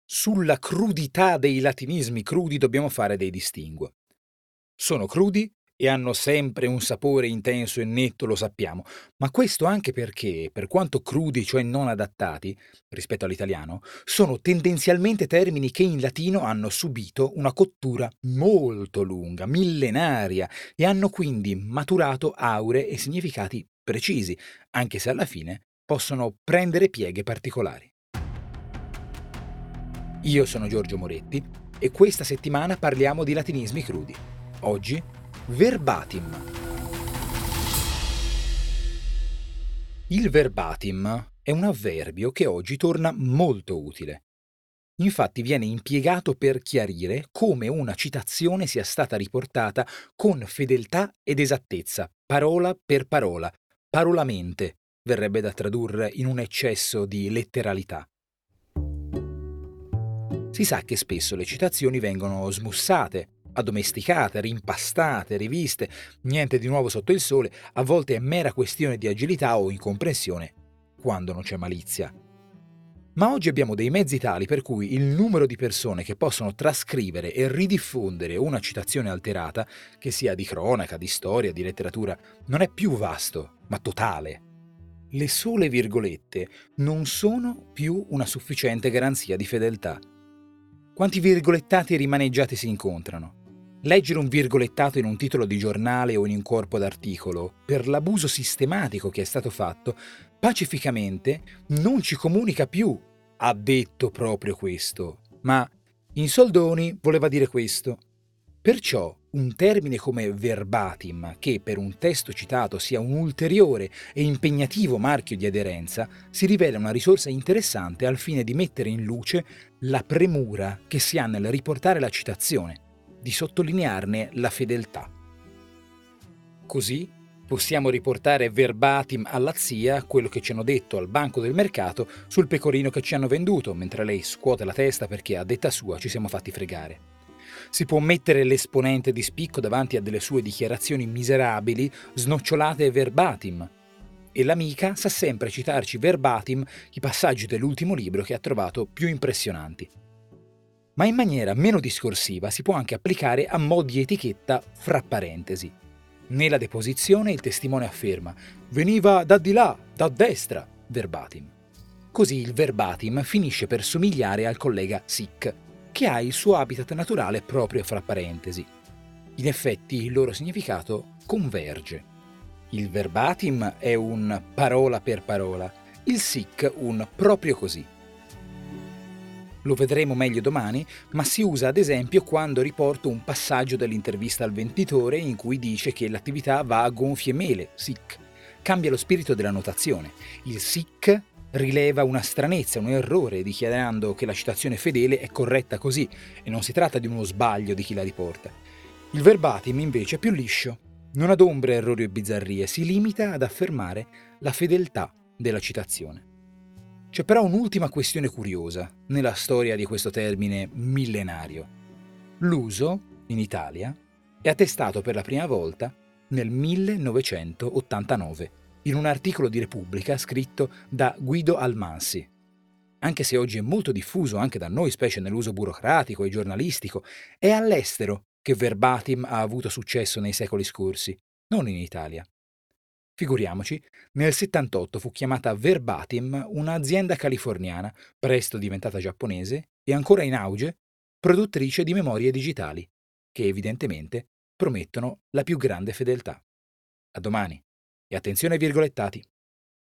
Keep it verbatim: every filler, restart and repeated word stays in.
Sulla crudità dei latinismi crudi dobbiamo fare dei distinguo. Sono crudi e hanno sempre un sapore intenso e netto, lo sappiamo, ma questo anche perché, per quanto crudi, cioè non adattati, rispetto all'italiano, sono tendenzialmente termini che in latino hanno subito una cottura molto lunga, millenaria, e hanno quindi maturato aure e significati precisi, anche se alla fine possono prendere pieghe particolari. Io sono Giorgio Moretti e questa settimana parliamo di latinismi crudi. Oggi, verbatim. Il verbatim è un avverbio che oggi torna molto utile. Infatti viene impiegato per chiarire come una citazione sia stata riportata con fedeltà ed esattezza, parola per parola, parolamente, verrebbe da tradurre in un eccesso di letteralità. Si sa che spesso le citazioni vengono smussate, addomesticate, rimpastate, riviste, niente di nuovo sotto il sole, a volte è mera questione di agilità o incomprensione, quando non c'è malizia. Ma oggi abbiamo dei mezzi tali per cui il numero di persone che possono trascrivere e ridiffondere una citazione alterata, che sia di cronaca, di storia, di letteratura, non è più vasto, ma totale. Le sole virgolette non sono più una sufficiente garanzia di fedeltà. Quanti virgolettati e rimaneggiati si incontrano? Leggere un virgolettato in un titolo di giornale o in un corpo d'articolo, per l'abuso sistematico che è stato fatto, pacificamente non ci comunica più "ha detto proprio questo", ma "in soldoni voleva dire questo". Perciò un termine come verbatim, che per un testo citato sia un ulteriore e impegnativo marchio di aderenza, si rivela una risorsa interessante al fine di mettere in luce la premura che si ha nel riportare la citazione, di sottolinearne la fedeltà. Così possiamo riportare verbatim alla zia quello che ci hanno detto al banco del mercato sul pecorino che ci hanno venduto, mentre lei scuote la testa perché a detta sua ci siamo fatti fregare. Si può mettere l'esponente di spicco davanti a delle sue dichiarazioni miserabili, snocciolate verbatim. E l'amica sa sempre citarci verbatim i passaggi dell'ultimo libro che ha trovato più impressionanti. Ma in maniera meno discorsiva si può anche applicare a mo' di etichetta fra parentesi. Nella deposizione il testimone afferma «veniva da di là, da destra», verbatim. Così il verbatim finisce per somigliare al collega sic, che ha il suo habitat naturale proprio fra parentesi. In effetti il loro significato converge. Il verbatim è un parola per parola, il sic un proprio così. Lo vedremo meglio domani, ma si usa ad esempio quando riporto un passaggio dell'intervista al venditore in cui dice che l'attività va a gonfie mele, sic. Cambia lo spirito della notazione. Il sic rileva una stranezza, un errore, dichiarando che la citazione fedele è corretta così e non si tratta di uno sbaglio di chi la riporta. Il verbatim invece è più liscio, non adombra errori o bizzarrie, si limita ad affermare la fedeltà della citazione. C'è però un'ultima questione curiosa nella storia di questo termine millenario. L'uso, in Italia, è attestato per la prima volta nel millenovecentottantanove, in un articolo di Repubblica scritto da Guido Almansi. Anche se oggi è molto diffuso anche da noi, specie nell'uso burocratico e giornalistico, è all'estero che verbatim ha avuto successo nei secoli scorsi, non in Italia. Figuriamoci, nel settantotto fu chiamata verbatim un'azienda californiana, presto diventata giapponese e ancora in auge, produttrice di memorie digitali, che evidentemente promettono la più grande fedeltà. A domani e attenzione ai virgolettati.